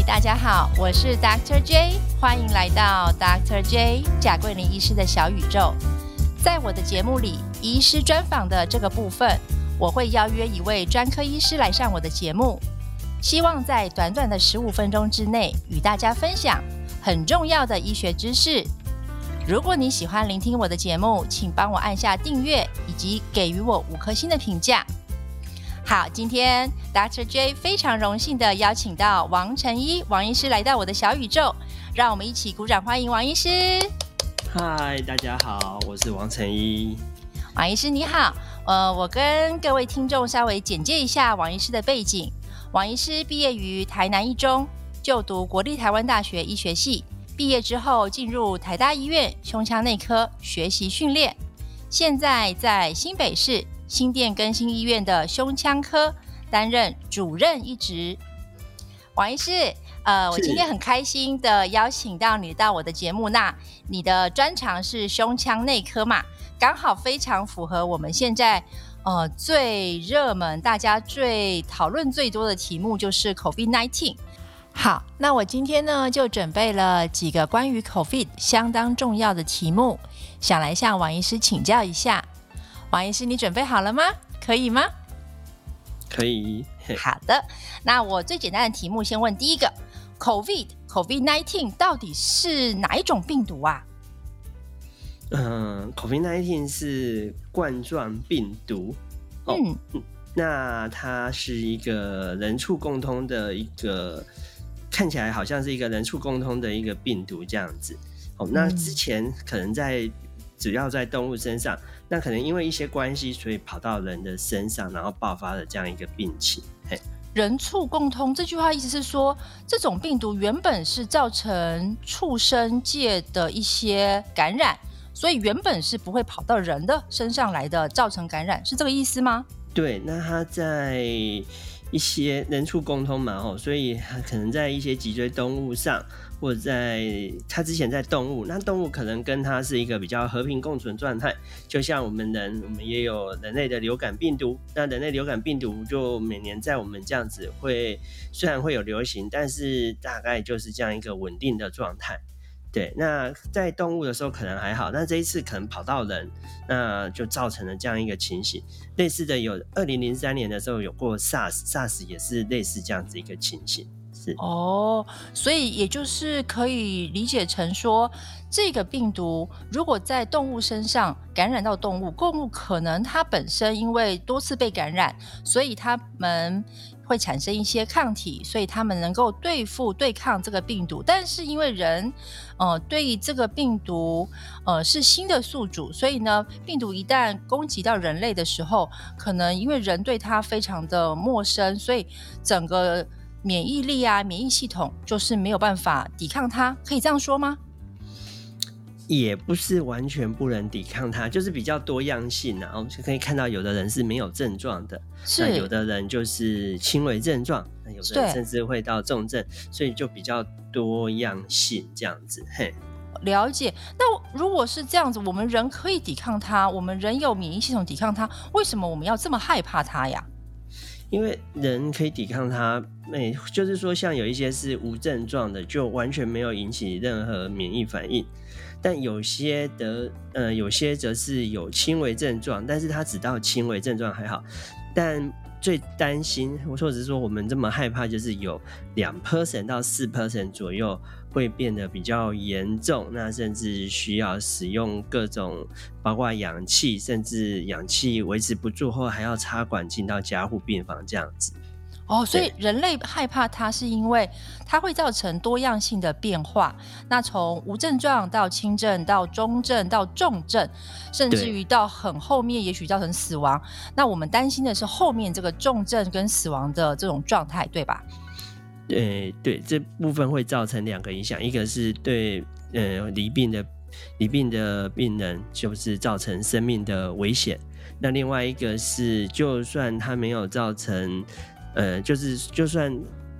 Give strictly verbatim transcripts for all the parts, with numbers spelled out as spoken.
大家好，我是 Doctor J， 欢迎来到 Doctor J 贾桂林医师的小宇宙。在我的节目里，医师专访的这个部分，我会邀约一位专科医师来上我的节目，希望在短短的十五分钟之内与大家分享很重要的医学知识。如果你喜欢聆听我的节目，请帮我按下订阅以及给予我五颗星的评价。好，今天 Doctor J 非常荣幸的邀请到王成一王医师来到我的小宇宙，让我们一起鼓掌欢迎王医师。 嗨，大家好，我是王成一。 王医师你好，呃，我跟各位听众稍微简介一下王医师的背景。王医师毕业于台南一中，就读国立台湾大学医学系，毕业之后进入台大医院胸腔内科学习训练，现在在新北市新店更新医院的胸腔科担任主任一职。王医师，呃，我今天很开心的邀请到你到我的节目，那你的专长是胸腔内科嘛，刚好非常符合我们现在呃最热门、大家最讨论最多的题目，就是 COVID 十九。好，那我今天呢就准备了几个关于 COVID 相当重要的题目，想来向王医师请教一下。王医师，你准备好了吗？可以吗？ 可以。 好的，那我最简单的题目先问第一个 COVID COVID 十九 到底是哪一种病毒啊？ 嗯 ，COVID 十九 是冠状病毒。哦、嗯，那它是一个人畜共通的一个，看起来好像是一个人畜共通的一个病毒这样子。哦，那之前可能在主要在动物身上，那可能因为一些关系，所以跑到人的身上，然后爆发了这样一个病情。嘿， 人畜共通这句话意思是说，这种病毒原本是造成畜生界的一些感染，所以原本是不会跑到人的身上来的，造成感染，是这个意思吗？ 对，那它在一些人畜共通嘛，所以它可能在一些脊椎动物上，或者在它之前在动物，那动物可能跟它是一个比较和平共存状态，就像我们人，我们也有人类的流感病毒，那人类流感病毒就每年在我们这样子会，虽然会有流行，但是大概就是这样一个稳定的状态。对，那在动物的时候可能还好，那这一次可能跑到人，那就造成了这样一个情形。类似的有二零零三年的时候有过 SARS，SARS 也是类似这样子一个情形。是哦，所以也就是可以理解成说，这个病毒如果在动物身上感染到动物，动物可能它本身因为多次被感染，所以它们会产生一些抗体，所以他们能够对付对抗这个病毒。但是因为人呃对于这个病毒呃是新的宿主，所以呢病毒一旦攻击到人类的时候，可能因为人对它非常的陌生，所以整个免疫力啊免疫系统就是没有办法抵抗它，可以这样说吗？ 也不是完全不能抵抗它，就是比较多样性啊。我们就可以看到有的人是没有症状的，那有的人就是轻微症状，那有的人甚至会到重症，所以就比较多样性这样子。嘿， 了解。那如果是这样子，我们人可以抵抗它，我们人有免疫系统抵抗它，为什么我们要这么害怕它呀？ 因为人可以抵抗它，就是说像有一些是无症状的，就完全没有引起任何免疫反应，但有些的呃，有些则是有轻微症状，但是它只到轻微症状还好，但最担心或者是说我们这么害怕，就是有 百分之二 到 百分之四 左右会变得比较严重，那甚至需要使用各种包括氧气，甚至氧气维持不住后还要插管进到加护病房这样子。 哦，所以人类害怕它是因为它会造成多样性的变化，那从无症状到轻症到中症到重症，甚至于到很后面也许造成死亡，那我们担心的是后面这个重症跟死亡的这种状态，对吧？ 对对，这部分会造成两个影响，一个是对呃罹病的罹病的病人就是造成生命的危险，那另外一个是就算他没有造成呃就是就算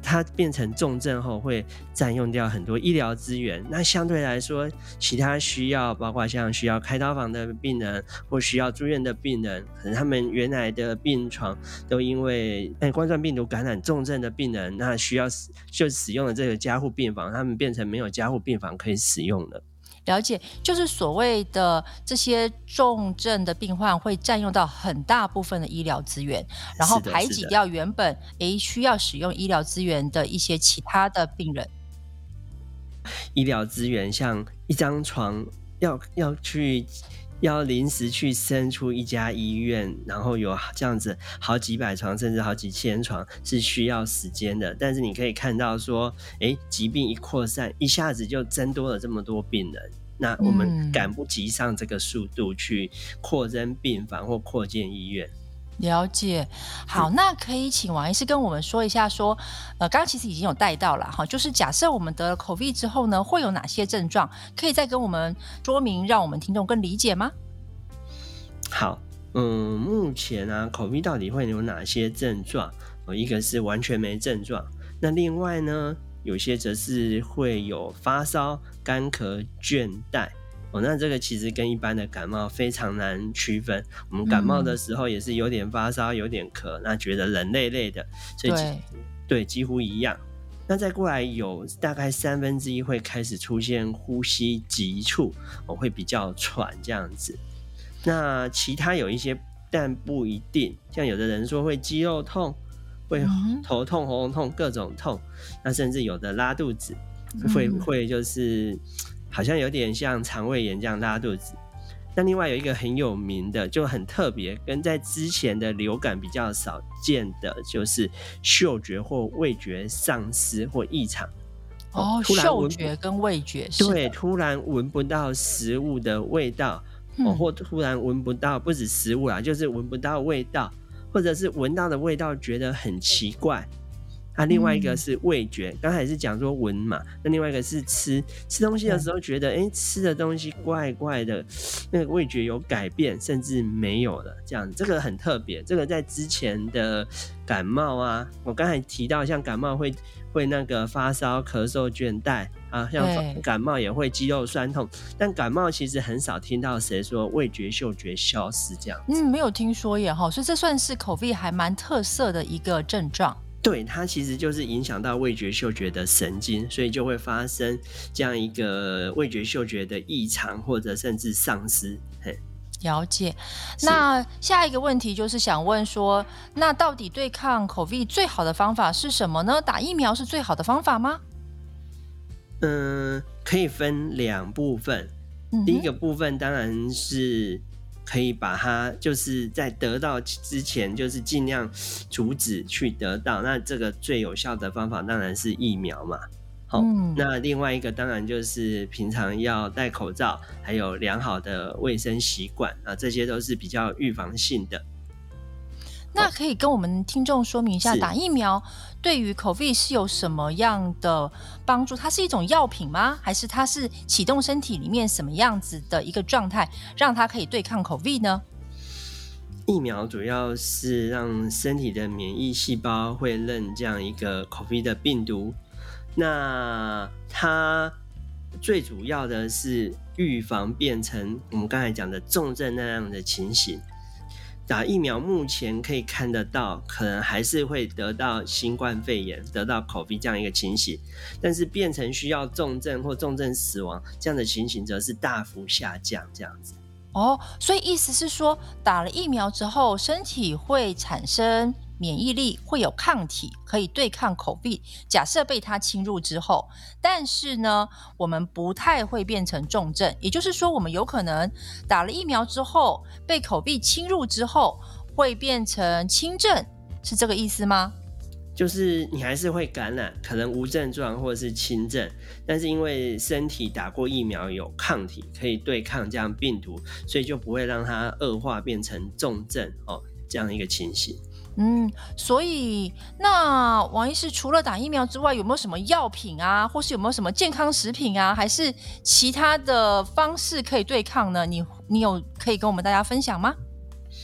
它变成重症后会占用掉很多医疗资源，那相对来说其他需要包括像需要开刀房的病人或需要住院的病人，可能他们原来的病床都因为冠状病毒感染重症的病人，那需要就使用了这个加护病房，他们变成没有加护病房可以使用了。 了解，就是所谓的这些重症的病患会占用到很大部分的医疗资源，然后排挤掉原本诶需要使用医疗资源的一些其他的病人。 医疗资源像一张床要要去要临时去生出一家医院，然后有这样子好几百床甚至好几千床是需要时间的，但是你可以看到说诶疾病一扩散一下子就增多了这么多病人，那我们赶不及上这个速度去扩增病房或扩建医院。 了解，好，那可以请王医师跟我们说一下说呃，刚刚其实已经有带到了就是假设我们得了 COVID 之后呢会有哪些症状，可以再跟我们说明让我们听众更理解吗？ 好，嗯，目前啊 COVID 到底会有哪些症状、哦、一个是完全没症状，那另外呢有些则是会有发烧、干咳、倦怠哦，那这个其实跟一般的感冒非常难区分。我们感冒的时候也是有点发烧、有点咳，那觉得冷累累的，所以对，对几乎一样。那再过来有大概三分之一会开始出现呼吸急促、哦、会比较喘这样子。那其他有一些但不一定，像有的人说会肌肉痛、会头痛、喉咙痛，各种痛，那甚至有的拉肚子，会会就是好像有点像肠胃炎这样拉肚子。那另外有一个很有名的就很特别，跟在之前的流感比较少见的，就是嗅觉或味觉丧失或异常。 哦，嗅觉跟味觉， 对，突然闻不到食物的味道、嗯哦、或突然闻不到，不止食物啦，就是闻不到味道，或者是闻到的味道觉得很奇怪。啊，另外一个是味觉，刚、嗯、才是讲说闻嘛，那另外一个是吃吃东西的时候觉得，哎、嗯，吃的东西怪怪的，那个味觉有改变，甚至没有了，这样这个很特别。这个在之前的感冒啊，我刚才提到，像感冒会会那个发烧、咳嗽、倦怠啊，像感冒也会肌肉酸痛，但感冒其实很少听到谁说味觉、嗅觉消失这样子。 嗯，没有听说耶哈，所以这算是 COVID 还蛮特色的一个症状。 对，它其实就是影响到味觉嗅觉的神经，所以就会发生这样一个味觉嗅觉的异常或者甚至丧失。 了解。那下一个问题就是想问说，那到底对抗 COVID 最好的方法是什么呢？打疫苗是最好的方法吗？ 嗯，可以分两部分、嗯、第一个部分当然是可以把它就是在得到之前就是尽量阻止去得到，那这个最有效的方法当然是疫苗嘛。好、嗯，那另外一个当然就是平常要戴口罩，还有良好的卫生习惯啊，这些都是比较预防性的。 那可以跟我们听众说明一下，打疫苗对于 COVID 是有什么样的帮助？它是一种药品吗？还是它是启动身体里面什么样子的一个状态，让它可以对抗 COVID 呢？ 疫苗主要是让身体的免疫细胞会认这样一个 COVID 的病毒，那它最主要的是预防变成我们刚才讲的重症那样的情形。打疫苗目前可以看得到，可能还是会得到新冠肺炎，得到 COVID 这样一个情形，但是变成需要重症或重症死亡这样的情形则是大幅下降这样子。 哦，所以意思是说打了疫苗之后身体会产生免疫力，会有抗体可以对抗 COVID， 假设被它侵入之后，但是呢我们不太会变成重症，也就是说我们有可能打了疫苗之后被 COVID 侵入之后会变成轻症，是这个意思吗？ 就是你还是会感染，可能无症状或者是轻症，但是因为身体打过疫苗有抗体可以对抗这样病毒，所以就不会让它恶化变成重症、哦、这样一个情形。 嗯，所以那王医师除了打疫苗之外，有没有什么药品啊，或是有没有什么健康食品啊，还是其他的方式可以对抗呢？你你有可以跟我们大家分享吗？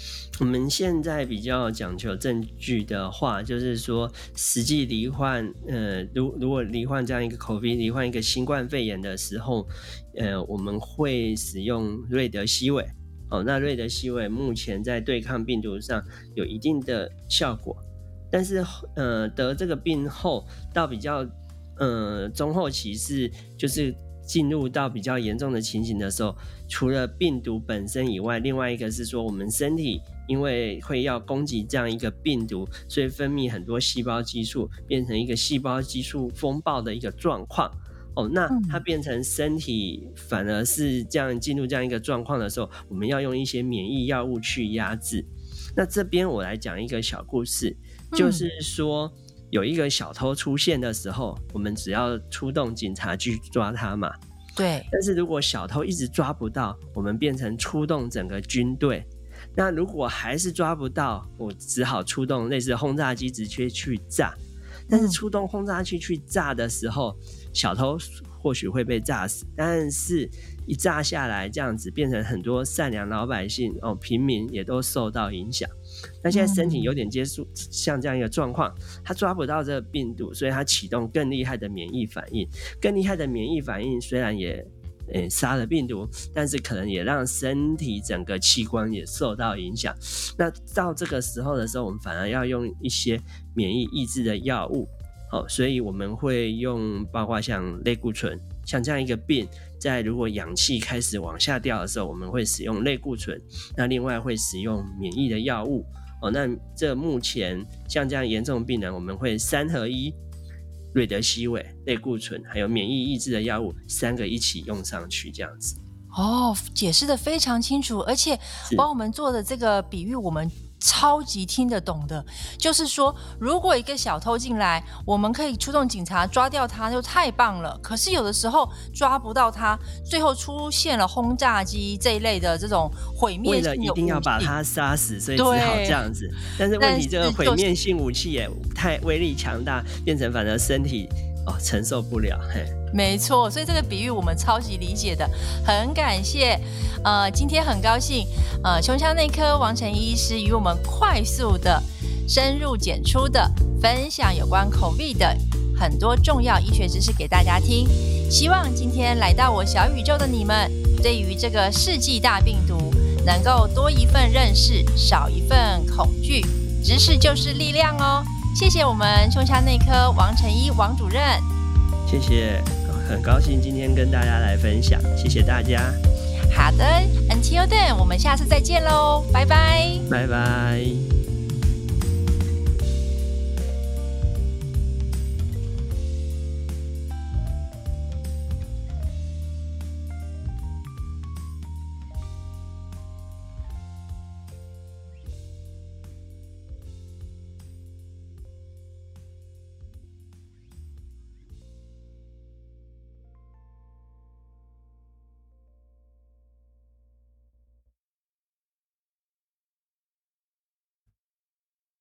我们现在比较讲求证据的话，就是说实际罹患，呃，如如果罹患这样一个 COVID， 罹患一个新冠肺炎的时候，呃，我们会使用瑞德西韦。哦，那瑞德西韦目前在对抗病毒上有一定的效果，但是呃，得这个病后到比较呃中后期是就是进入到比较严重的情形的时候，除了病毒本身以外，另外一个是说我们身体因为会要攻击这样一个病毒，所以分泌很多细胞激素，变成一个细胞激素风暴的一个状况。哦，那它变成身体反而是这样进入这样一个状况的时候，我们要用一些免疫药物去压制。那这边我来讲一个小故事，就是说有一个小偷出现的时候，我们只要出动警察去抓他嘛。 对。 但是如果小偷一直抓不到，我们变成出动整个军队。那如果还是抓不到，我只好出动类似轰炸机直接去炸。但是出动轰炸机去炸的时候，小偷或许会被炸死，但是一炸下来这样子，变成很多善良老百姓哦，平民也都受到影响。那现在身体有点接触像这样一个状况，他抓不到这个病毒，所以他启动更厉害的免疫反应。更厉害的免疫反应虽然也诶杀了病毒，但是可能也让身体整个器官也受到影响。那到这个时候的时候，我们反而要用一些免疫抑制的药物。哦，所以我们会用包括像类固醇，像这样一个病，在如果氧气开始往下掉的时候，我们会使用类固醇。那另外会使用免疫的药物。哦，那这目前像这样严重的病人，我们会三合一，瑞德西韦、类固醇还有免疫抑制的药物，三个一起用上去这样子。 哦，解释得非常清楚，而且帮我们做的这个比喻我们超级听得懂的，就是说如果一个小偷进来，我们可以出动警察抓掉他就太棒了，可是有的时候抓不到他，最后出现了轰炸机这一类的这种毁灭性的武器， 为了一定要把他杀死，所以只好这样子。但是问题这个毁灭性武器也太威力强大，变成反而身体哦承受不了。嘿， 没错，所以这个比喻我们超级理解的，很感谢。呃，今天很高兴，呃，胸腔内科王成一医师与我们快速的、深入简出的分享有关 COVID 的很多重要医学知识给大家听。希望今天来到我小宇宙的你们，对于这个世纪大病毒能够多一份认识，少一份恐惧。知识就是力量哦！谢谢我们胸腔内科王成一王主任。 谢谢，很高兴今天跟大家来分享，谢谢大家。 好的 ，Until then， 我们下次再见喽，拜拜， 拜拜。